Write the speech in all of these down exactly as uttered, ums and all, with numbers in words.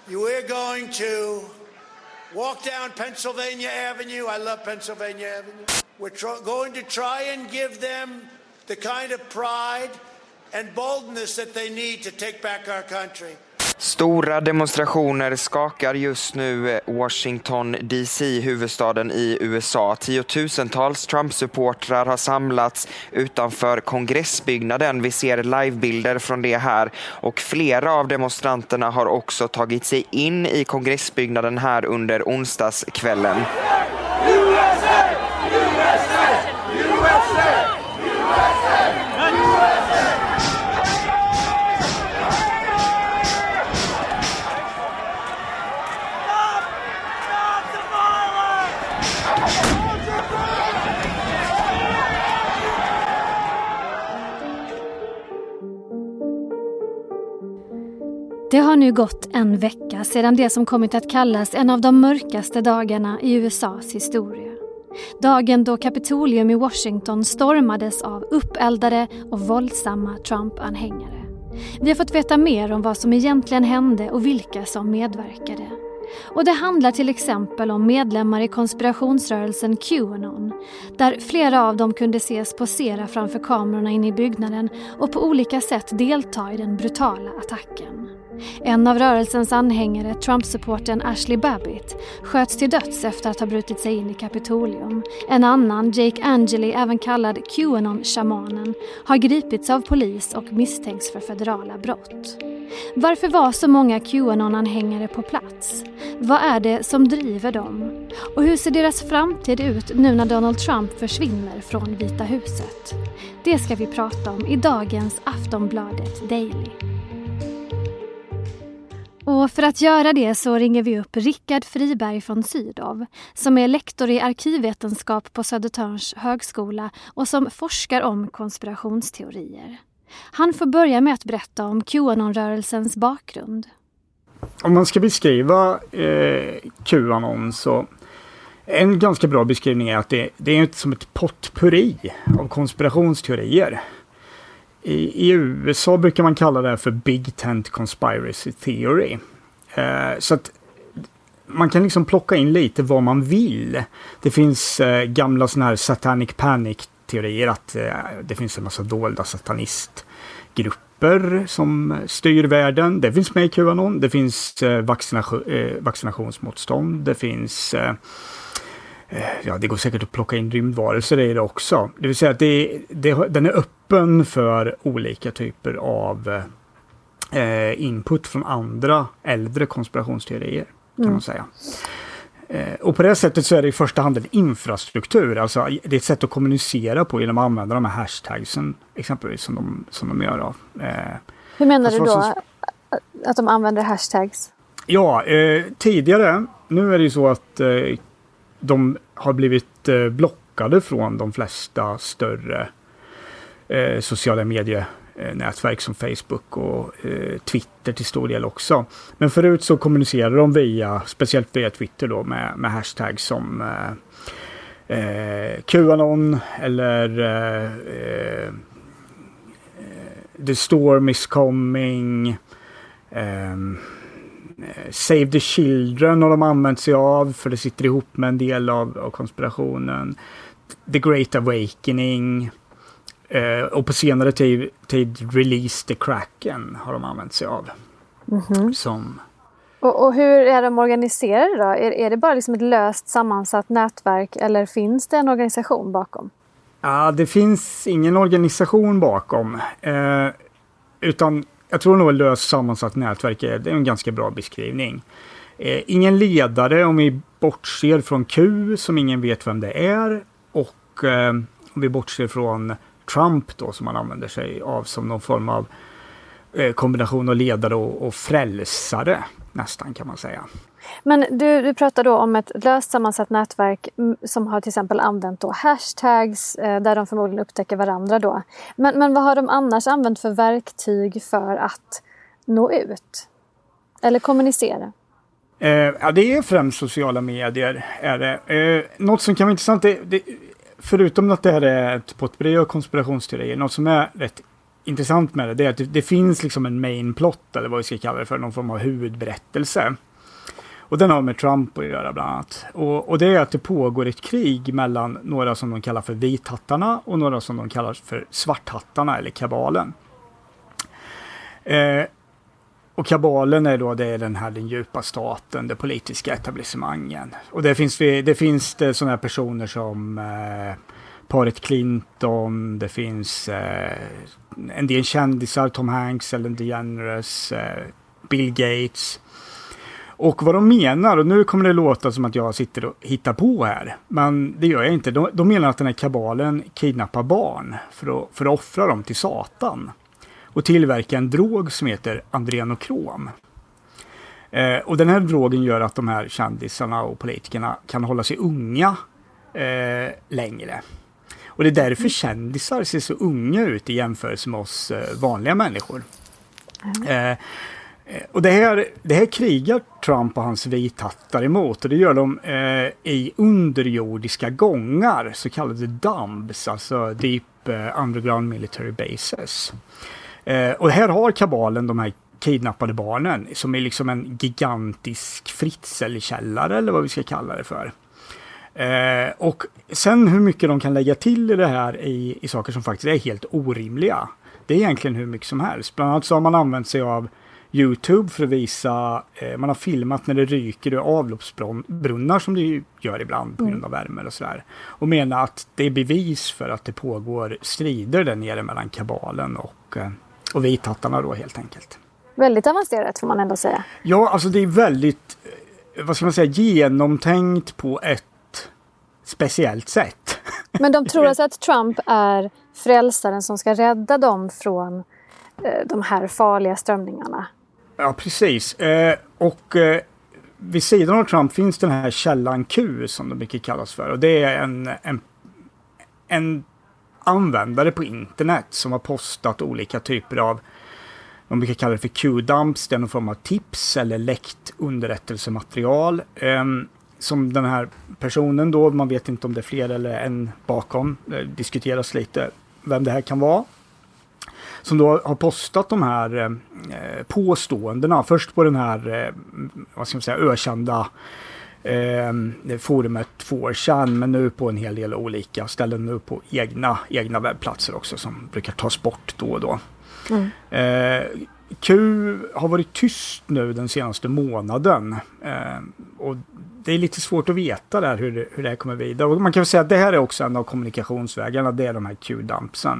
You are going to walk down Pennsylvania Avenue. I love Pennsylvania Avenue. We're tr- going to try and give them the kind of pride and boldness that they need to take back our country. Stora demonstrationer skakar just nu Washington D C, huvudstaden i U S A. Tiotusentals Trump-supportrar har samlats utanför kongressbyggnaden. Vi ser livebilder från det här. Och flera av demonstranterna har också tagit sig in i kongressbyggnaden här under onsdagskvällen. U S A! U S A! U S A! Det har nu gått en vecka sedan det som kommit att kallas en av de mörkaste dagarna i U S A:s historia. Dagen då Kapitolium i Washington stormades av uppeldade och våldsamma Trump-anhängare. Vi har fått veta mer om vad som egentligen hände och vilka som medverkade. Och det handlar till exempel om medlemmar i konspirationsrörelsen QAnon, där flera av dem kunde ses posera framför kamerorna inne i byggnaden och på olika sätt delta i den brutala attacken. En av rörelsens anhängare, Trump-supporten Ashley Babbitt, sköts till döds efter att ha brutit sig in i Kapitolium. En annan, Jake Angeli, även kallad QAnon-shamanen, har gripits av polis och misstänks för federala brott. Varför var så många QAnon-anhängare på plats? Vad är det som driver dem? Och hur ser deras framtid ut nu när Donald Trump försvinner från Vita huset? Det ska vi prata om i dagens Aftonbladet Daily. Och för att göra det så ringer vi upp Rickard Friberg från Sydow, som är lektor i arkivvetenskap på Södertörns högskola och som forskar om konspirationsteorier. Han får börja med att berätta om QAnon-rörelsens bakgrund. Om man ska beskriva eh, QAnon så en ganska bra beskrivning är att det, det är som ett potpurri av konspirationsteorier. I, I U S A brukar man kalla det för Big Tent Conspiracy Theory. Eh, så att man kan liksom plocka in lite vad man vill. Det finns eh, gamla såna här satanic panic-teorier att eh, det finns en massa dolda satanistgrupper som styr världen. Det finns med i QAnon. Det finns eh, vaccination, eh, vaccinationsmotstånd. Det finns... Eh, Ja, det går säkert att plocka in rymdvarelser i det också. Det vill säga att det, det, den är öppen för olika typer av eh, input från andra äldre konspirationsteorier, kan mm. man säga. Eh, och på det sättet så är det i första hand en infrastruktur. Alltså det är ett sätt att kommunicera på genom att använda de här hashtagsen exempelvis som de, som de gör. Av. Eh, Hur menar du då som, att de använder hashtags? Ja, eh, tidigare, nu är det ju så att eh, de har blivit eh, blockade från de flesta större eh, sociala medienätverk som Facebook och eh, Twitter till stor del också. Men förut så kommunicerar de via, speciellt via Twitter då, med, med hashtags som eh, eh, QAnon eller eh, eh, The Storm is coming, eh, Save the Children har de använt sig av för det sitter ihop med en del av, av konspirationen. The Great Awakening eh, och på senare tid, tid Release the Kraken har de använt sig av. Mm-hmm. Som... Och, och hur är de organiserade då? Är, är det bara liksom ett löst sammansatt nätverk eller finns det en organisation bakom? Ja, det finns ingen organisation bakom eh, utan jag tror nog att löst sammansatt nätverk är, det är en ganska bra beskrivning. Eh, ingen ledare om vi bortser från Q som ingen vet vem det är och eh, om vi bortser från Trump då som man använder sig av som någon form av eh, kombination av ledare och, och frälsare nästan kan man säga. Men du, du pratar då om ett löst sammansatt nätverk som har till exempel använt då hashtags eh, där de förmodligen upptäcker varandra då. Men, men vad har de annars använt för verktyg för att nå ut? Eller kommunicera? Eh, ja, det är främst sociala medier. Är det. Eh, något som kan vara intressant, det, det, förutom att det här är ett potpurri av konspirationsteorier, något som är rätt intressant med det, det är att det, det finns liksom en main plot, eller vad vi ska kalla det för, någon form av huvudberättelse. Och den har med Trump att göra bland annat. Och, och det är att det pågår ett krig mellan några som de kallar för vithattarna och några som de kallar för svarthattarna eller kabalen. Eh, och kabalen är då det är den här den djupa staten, det politiska etablissemangen. Och det finns det finns det sådana här personer som eh, paret Clinton, det finns eh, en del kändisar, Tom Hanks, Ellen DeGeneres, eh, Bill Gates. Och vad de menar, och nu kommer det låta som att jag sitter och hittar på här, men det gör jag inte. De, de menar att den här kabalen kidnappar barn för att, för att offra dem till Satan och tillverka en drog som heter adrenokrom. Eh, och den här drogen gör att de här kändisarna och politikerna kan hålla sig unga eh, längre. Och det är därför kändisar ser så unga ut i jämförelse med oss eh, vanliga människor. Eh, Och det här, det här krigar Trump och hans vithattar emot, och det gör de eh, i underjordiska gångar, så kallade dumps, alltså Deep eh, Underground Military Bases. Eh, och här har kabalen de här kidnappade barnen som är liksom en gigantisk fritzelkällare eller vad vi ska kalla det för. Eh, och sen hur mycket de kan lägga till i det här i, i saker som faktiskt är helt orimliga. Det är egentligen hur mycket som helst. Bland annat så har man använt sig av YouTube för att visa, eh, man har filmat när det ryker ur avloppsbrunnar som det gör ibland på grund av värme och sådär. Och menar att det är bevis för att det pågår strider där nere mellan kabalen och, eh, och vithattarna då helt enkelt. Väldigt avancerat får man ändå säga. Ja, alltså det är väldigt, vad ska man säga, genomtänkt på ett speciellt sätt. Men de tror alltså att Trump är frälsaren som ska rädda dem från eh, de här farliga strömningarna. Ja, precis. Eh, och eh, vid sidan av Trump finns den här källan Q som det mycket kallas för. Och det är en, en, en användare på internet som har postat olika typer av, man brukar kalla det för Q-dumps, det är någon form av tips eller läckt underrättelsematerial. Eh, som den här personen då, man vet inte om det är fler eller en bakom, det diskuteras lite vem det här kan vara. Som då har postat de här eh, påståendena. Först på den här eh, vad ska man säga, ökända eh, forumet four chan, men nu på en hel del olika ställen, nu på egna, egna webbplatser också som brukar tas bort då och då. Mm. Eh, Q har varit tyst nu den senaste månaden eh, och det är lite svårt att veta där hur det, hur det här kommer vidare. Och man kan väl säga att det här är också en av kommunikationsvägarna, det är de här Q-dumpsen.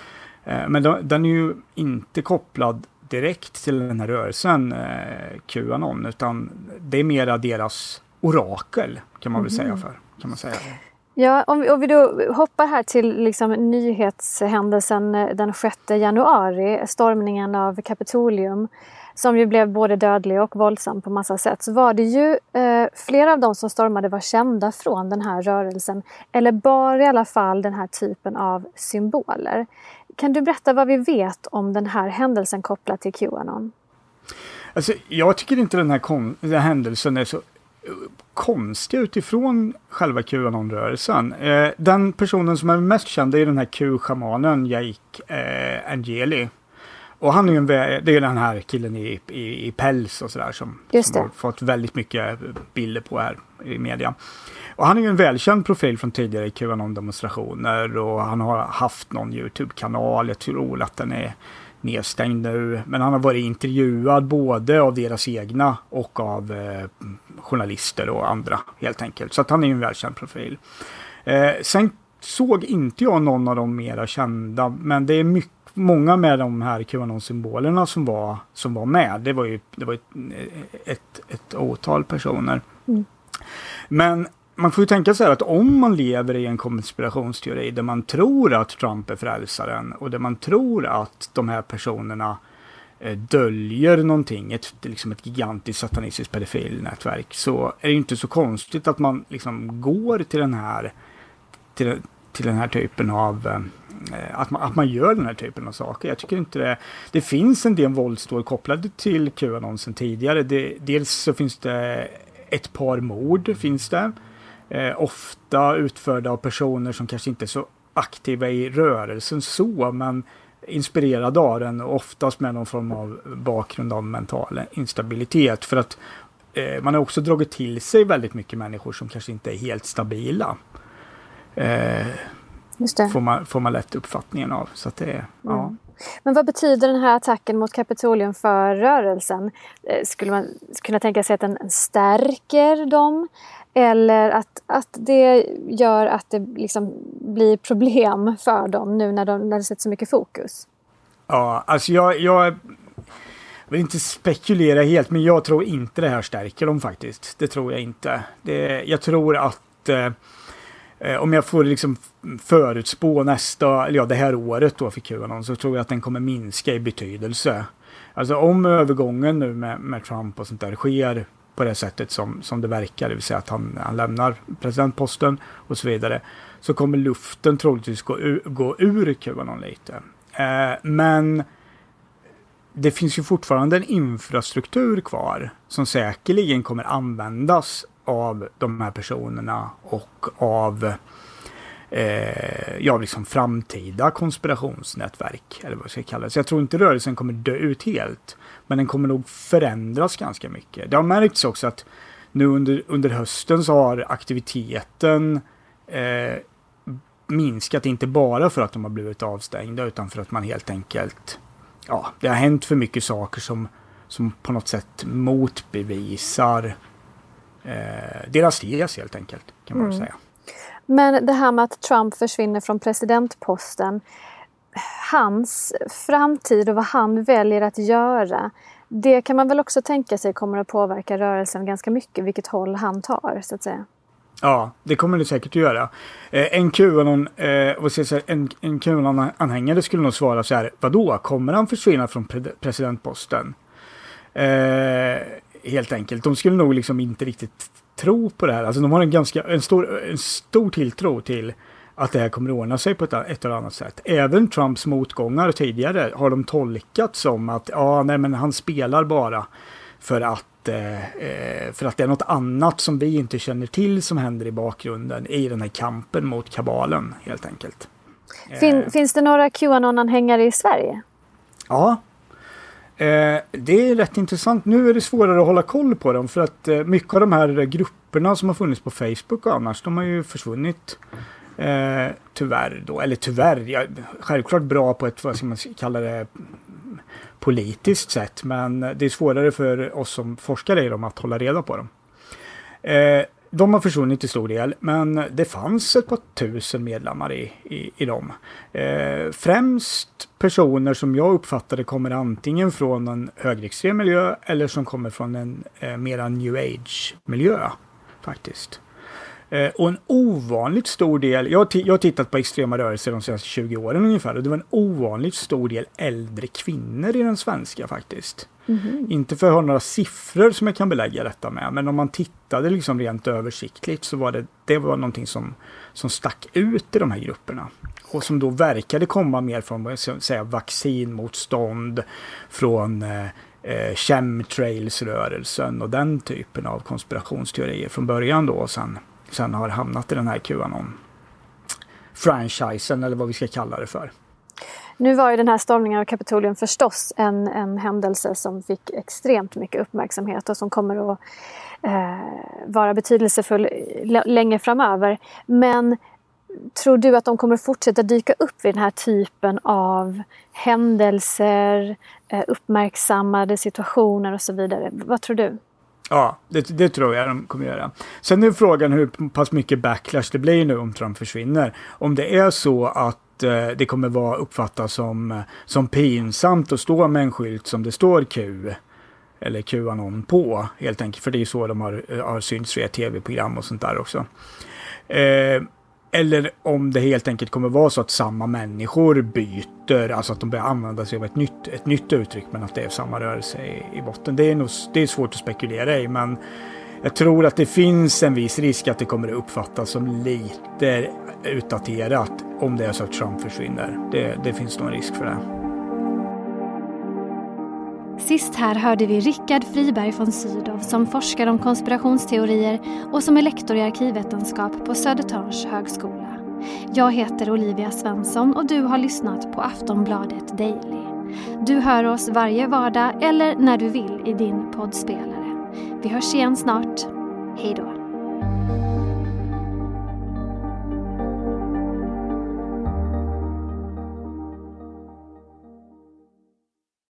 Men den är ju inte kopplad direkt till den här rörelsen eh, QAnon, utan det är mera deras orakel kan man väl säga för, kan man säga. Ja, om vi, om vi då hoppar här till liksom nyhetshändelsen den sjätte januari, stormningen av Kapitolium, som ju blev både dödlig och våldsam på massa sätt, så var det ju eh, flera av de som stormade var kända från den här rörelsen, eller bara i alla fall den här typen av symboler. Kan du berätta vad vi vet om den här händelsen kopplat till QAnon? Alltså, jag tycker inte den här, kon- den här händelsen är så konstig utifrån själva QAnon-rörelsen. Eh, den personen som är mest känd är den här Q-schamanen Jake eh, Angeli. Och han är ju en, det är den här killen i, i, i päls och sådär som, som har fått väldigt mycket bilder på här i media. Och han är ju en välkänd profil från tidigare QAnon-demonstrationer och han har haft någon YouTube-kanal, jag tror att den är nedstängd nu. Men han har varit intervjuad både av deras egna och av eh, journalister och andra helt enkelt. Så att han är ju en välkänd profil. Eh, sen såg inte jag någon av de mera kända, men det är mycket många med de här QAnon-symbolerna som var, som var med. Det var ju det var ett, ett, ett åtal personer. Mm. Men man får ju tänka så här att om man lever i en konspirationsteori där man tror att Trump är frälsaren och där man tror att de här personerna eh, döljer någonting, ett, liksom ett gigantiskt satanistiskt pedofilnätverk, så är det ju inte så konstigt att man liksom går till den här till, till den här typen av eh, Att man, att man gör den här typen av saker. Jag tycker inte det. Det finns en del våldsdåd kopplade till QAnon sedan tidigare. Det, dels så finns det ett par mord finns det. Eh, ofta utförda av personer som kanske inte är så aktiva i rörelsen så, men inspirerad av den, och oftast med någon form av bakgrund av mental instabilitet. För att eh, man har också dragit till sig väldigt mycket människor som kanske inte är helt stabila. Eh, Just det. Får man, får man lätt uppfattningen av. Så att det är, mm. ja. Men vad betyder den här attacken mot Kapitolium för rörelsen? Skulle man kunna tänka sig att den stärker dem? Eller att, att det gör att det liksom blir problem för dem nu när, de, när det sätter så mycket fokus? Ja, alltså jag, jag vill inte spekulera helt, men jag tror inte det här stärker dem faktiskt. Det tror jag inte. Det, jag tror att eh, om jag får liksom förutspå nästa, eller ja, det här året då för Qanon, så tror jag att den kommer minska i betydelse. Alltså om övergången nu med, med Trump och sånt där sker på det sättet som, som det verkar, det vill säga att han, han lämnar presidentposten och så vidare, så kommer luften troligtvis gå ur, gå ur Qanon lite. Eh, men det finns ju fortfarande en infrastruktur kvar som säkerligen kommer användas av de här personerna och av eh, ja, liksom framtida konspirationsnätverk, eller vad jag ska kalla det. Så jag tror inte rörelsen kommer dö ut helt, men den kommer nog förändras ganska mycket. Det har märkts också att nu under, under hösten så har aktiviteten eh, minskat, inte bara för att de har blivit avstängda, utan för att man helt enkelt, ja, det har hänt för mycket saker som, som på något sätt motbevisar Eh, deras tes helt enkelt, kan man mm. säga. Men det här med att Trump försvinner från presidentposten, hans framtid och vad han väljer att göra, det kan man väl också tänka sig kommer att påverka rörelsen ganska mycket, vilket håll han tar, så att säga. Ja, det kommer det säkert att göra. Eh, en Qanon, eh, vad ska jag säga, en, en Qanon-anhängare skulle nog svara så här: vadå, kommer han försvinna från pre- presidentposten? Eh, helt enkelt. De skulle nog liksom inte riktigt tro på det här. Alltså de har en ganska en stor, en stor tilltro till att det här kommer att ordna sig på ett, ett eller annat sätt. Även Trumps motgångar tidigare har de tolkat som att ja, nej, men han spelar bara för att, eh, för att det är något annat som vi inte känner till som händer i bakgrunden i den här kampen mot kabalen, helt enkelt. Fin, eh. Finns det några Qanon-anhängare i Sverige? Ja. Eh, det är rätt intressant. Nu är det svårare att hålla koll på dem, för att eh, mycket av de här grupperna som har funnits på Facebook och annars, de har ju försvunnit eh, tyvärr då. Eller tyvärr, ja, självklart bra på ett, vad ska man kalla det, politiskt sätt, men det är svårare för oss som forskare i dem att hålla reda på dem. Eh, de har försvunnit i stor del, men det fanns ett par tusen medlemmar i, i, i dem. Eh, främst personer som jag uppfattade kommer antingen från en högerextrem miljö eller som kommer från en eh, mera new age miljö faktiskt. Eh, och en ovanligt stor del, jag har, t- jag har tittat på extrema rörelser de senaste tjugo åren ungefär, och det var en ovanligt stor del äldre kvinnor i den svenska faktiskt. Mm-hmm. Inte för att ha några siffror som jag kan belägga detta med, men om man tittade liksom rent översiktligt så var det, det var någonting som, som stack ut i de här grupperna. Och som då verkade komma mer från, vad jag ska säga, vaccinmotstånd, från eh, chemtrails-rörelsen och den typen av konspirationsteorier från början då, och sen, sen har hamnat i den här Qanon-franchisen, eller vad vi ska kalla det för. Nu var ju den här stormningen av Kapitolium förstås en, en händelse som fick extremt mycket uppmärksamhet och som kommer att eh, vara betydelsefull l- länge framöver. Men tror du att de kommer fortsätta dyka upp vid den här typen av händelser, eh, uppmärksammade situationer och så vidare? Vad tror du? Ja, det, det tror jag de kommer göra. Sen är frågan hur pass mycket backlash det blir nu om Trump försvinner. Om det är så att det kommer vara uppfattas som, som pinsamt att stå med en skylt som det står Q eller Qanon på, helt enkelt, för det är så de har, har synts via tv-program och sånt där också. Eh, eller om det helt enkelt kommer vara så att samma människor byter, alltså att de börjar använda sig av ett nytt, ett nytt uttryck, men att det är samma rörelse i, i botten. Det är, nog, det är svårt att spekulera i, men jag tror att det finns en viss risk att det kommer att uppfattas som lite utdaterat om det är så att Trump försvinner. Det, det finns nog en risk för det. Sist här hörde vi Rickard Friberg från Sydow som forskar om konspirationsteorier och som är lektor i arkivvetenskap på Södertörns högskola. Jag heter Olivia Svensson och du har lyssnat på Aftonbladet Daily. Du hör oss varje vardag eller när du vill i din poddspelare. Vi hörs igen snart. Hej då!